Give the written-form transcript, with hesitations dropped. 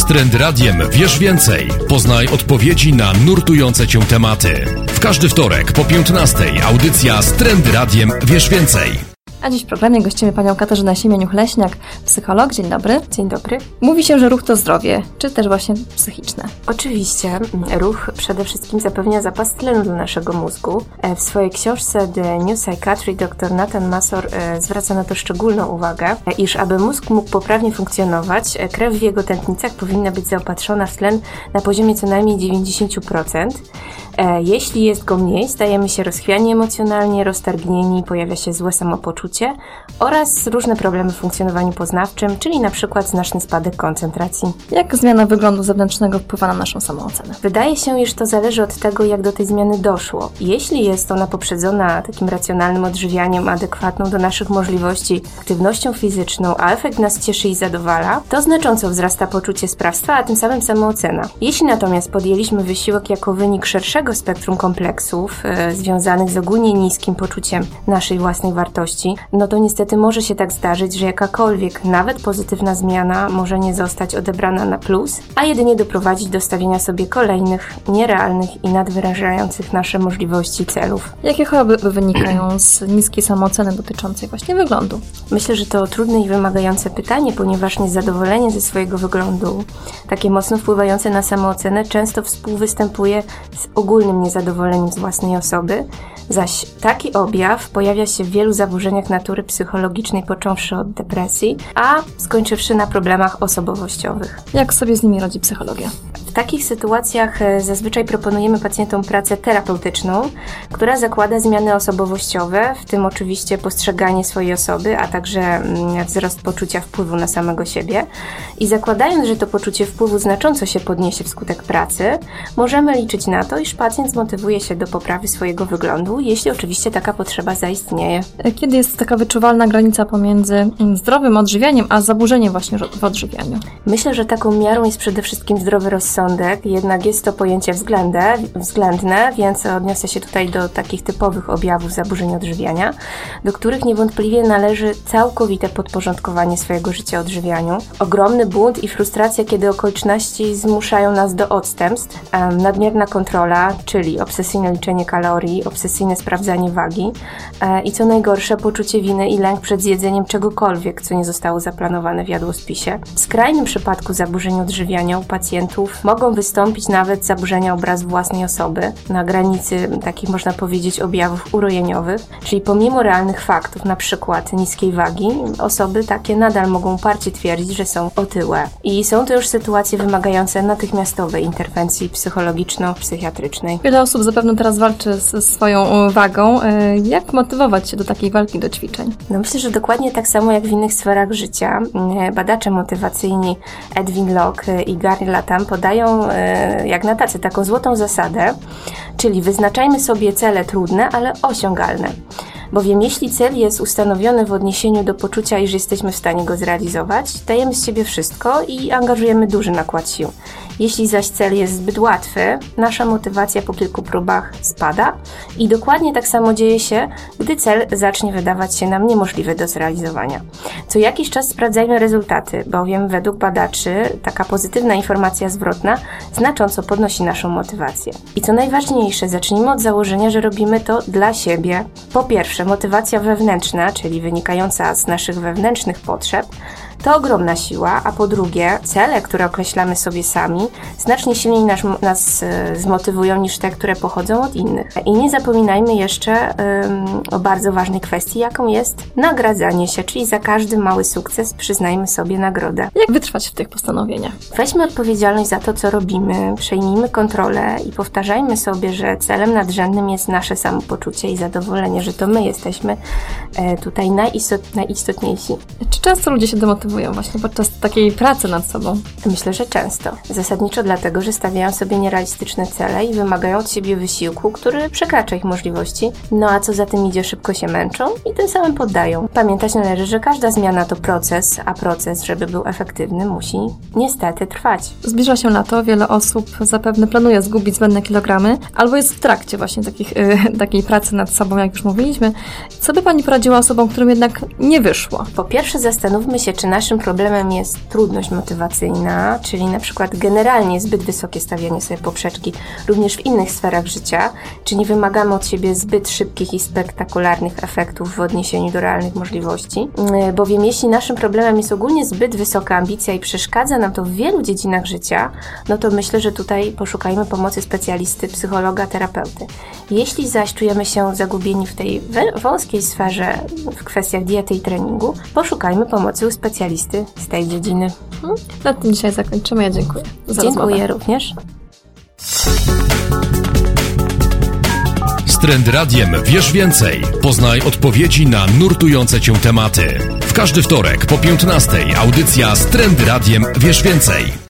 Z Trend Radiem wiesz więcej. Poznaj odpowiedzi na nurtujące Cię tematy. W każdy wtorek po 15:00 audycja z Trend Radiem wiesz więcej. A dziś w programie gościmy panią Katarzynę Siemieniuk-Leśniak, psycholog. Dzień dobry. Dzień dobry. Mówi się, że ruch to zdrowie, czy też właśnie psychiczne? Oczywiście. Ruch przede wszystkim zapewnia zapas tlenu do naszego mózgu. W swojej książce The New Psychiatry dr Nathan Masor zwraca na to szczególną uwagę, iż aby mózg mógł poprawnie funkcjonować, krew w jego tętnicach powinna być zaopatrzona w tlen na poziomie co najmniej 90%. Jeśli jest go mniej, stajemy się rozchwiani emocjonalnie, roztargnieni, pojawia się złe samopoczucie oraz różne problemy w funkcjonowaniu poznawczym, czyli na przykład znaczny spadek koncentracji. Jak zmiana wyglądu zewnętrznego wpływa na naszą samoocenę? Wydaje się, iż to zależy od tego, jak do tej zmiany doszło. Jeśli jest ona poprzedzona takim racjonalnym odżywianiem, adekwatną do naszych możliwości, aktywnością fizyczną, a efekt nas cieszy i zadowala, to znacząco wzrasta poczucie sprawstwa, a tym samym samoocena. Jeśli natomiast podjęliśmy wysiłek jako wynik szerszego spektrum kompleksów związanych z ogólnie niskim poczuciem naszej własnej wartości, no to niestety może się tak zdarzyć, że jakakolwiek, nawet pozytywna zmiana może nie zostać odebrana na plus, a jedynie doprowadzić do stawiania sobie kolejnych, nierealnych i nadwyrężających nasze możliwości celów. Jakie choroby wynikają z niskiej samooceny dotyczącej właśnie wyglądu? Myślę, że to trudne i wymagające pytanie, ponieważ niezadowolenie ze swojego wyglądu, takie mocno wpływające na samoocenę, często współwystępuje z ogólnym niezadowoleniem z własnej osoby, zaś taki objaw pojawia się w wielu zaburzeniach natury psychologicznej, począwszy od depresji, a skończywszy na problemach osobowościowych. Jak sobie z nimi radzi psychologia? W takich sytuacjach zazwyczaj proponujemy pacjentom pracę terapeutyczną, która zakłada zmiany osobowościowe, w tym oczywiście postrzeganie swojej osoby, a także wzrost poczucia wpływu na samego siebie. I zakładając, że to poczucie wpływu znacząco się podniesie wskutek pracy, możemy liczyć na to, iż pacjent zmotywuje się do poprawy swojego wyglądu, jeśli oczywiście taka potrzeba zaistnieje. Kiedy jest taka wyczuwalna granica pomiędzy zdrowym odżywianiem, a zaburzeniem właśnie w odżywianiu? Myślę, że taką miarą jest przede wszystkim zdrowy rozsądek, jednak jest to pojęcie względne, więc odniosę się tutaj do takich typowych objawów zaburzeń odżywiania, do których niewątpliwie należy całkowite podporządkowanie swojego życia odżywianiu, ogromny bunt i frustracja, kiedy okoliczności zmuszają nas do odstępstw, nadmierna kontrola, czyli obsesyjne liczenie kalorii, obsesyjne sprawdzanie wagi i co najgorsze poczucie winy i lęk przed zjedzeniem czegokolwiek, co nie zostało zaplanowane w jadłospisie. W skrajnym przypadku zaburzeń odżywiania u pacjentów mogą wystąpić nawet zaburzenia obrazu własnej osoby na granicy takich, można powiedzieć, objawów urojeniowych, czyli pomimo realnych faktów, na przykład niskiej wagi, osoby takie nadal mogą uparcie twierdzić, że są otyłe. I są to już sytuacje wymagające natychmiastowej interwencji psychologiczno-psychiatrycznej. Wiele osób zapewne teraz walczy ze swoją wagą. Jak motywować się do takiej walki, do ćwiczeń? No myślę, że dokładnie tak samo jak w innych sferach życia. Badacze motywacyjni Edwin Locke i Gary Latham podają jak na tacy taką złotą zasadę, czyli wyznaczajmy sobie cele trudne, ale osiągalne. Bowiem jeśli cel jest ustanowiony w odniesieniu do poczucia, iż jesteśmy w stanie go zrealizować, dajemy z siebie wszystko i angażujemy duży nakład sił. Jeśli zaś cel jest zbyt łatwy, nasza motywacja po kilku próbach spada i dokładnie tak samo dzieje się, gdy cel zacznie wydawać się nam niemożliwy do zrealizowania. Co jakiś czas sprawdzajmy rezultaty, bowiem według badaczy taka pozytywna informacja zwrotna znacząco podnosi naszą motywację. I co najważniejsze, zacznijmy od założenia, że robimy to dla siebie. Po pierwsze, motywacja wewnętrzna, czyli wynikająca z naszych wewnętrznych potrzeb, to ogromna siła, a po drugie cele, które określamy sobie sami, znacznie silniej nas zmotywują niż te, które pochodzą od innych. I nie zapominajmy jeszcze o bardzo ważnej kwestii, jaką jest nagradzanie się, czyli za każdy mały sukces przyznajmy sobie nagrodę. Jak wytrwać w tych postanowieniach? Weźmy odpowiedzialność za to, co robimy, przejmijmy kontrolę i powtarzajmy sobie, że celem nadrzędnym jest nasze samopoczucie i zadowolenie, że to my jesteśmy tutaj najistotniejsi. Czy często ludzie się demotywują właśnie podczas takiej pracy nad sobą? Myślę, że często. Zasadniczo dlatego, że stawiają sobie nierealistyczne cele i wymagają od siebie wysiłku, który przekracza ich możliwości, no a co za tym idzie, szybko się męczą i tym samym poddają. Pamiętać należy, że każda zmiana to proces, a proces, żeby był efektywny, musi niestety trwać. Zbliża się lato, wiele osób zapewne planuje zgubić zbędne kilogramy, albo jest w trakcie właśnie takiej pracy nad sobą, jak już mówiliśmy. Co by Pani poradziła osobom, którym jednak nie wyszło? Po pierwsze, zastanówmy się, czy nasze naszym problemem jest trudność motywacyjna, czyli na przykład generalnie zbyt wysokie stawianie sobie poprzeczki, również w innych sferach życia, czy nie wymagamy od siebie zbyt szybkich i spektakularnych efektów w odniesieniu do realnych możliwości, bowiem jeśli naszym problemem jest ogólnie zbyt wysoka ambicja i przeszkadza nam to w wielu dziedzinach życia, no to myślę, że tutaj poszukajmy pomocy specjalisty, psychologa, terapeuty. Jeśli zaś czujemy się zagubieni w tej wąskiej sferze w kwestiach diety i treningu, poszukajmy pomocy u specjalisty z tej dziedziny. Na tym dzisiaj zakończymy. Ja dziękuję za rozmowę. Dziękuję również. Z Trend Radiem wiesz więcej. Poznaj odpowiedzi na nurtujące Cię tematy. W każdy wtorek po 15:00 audycja z Trend Radiem wiesz więcej.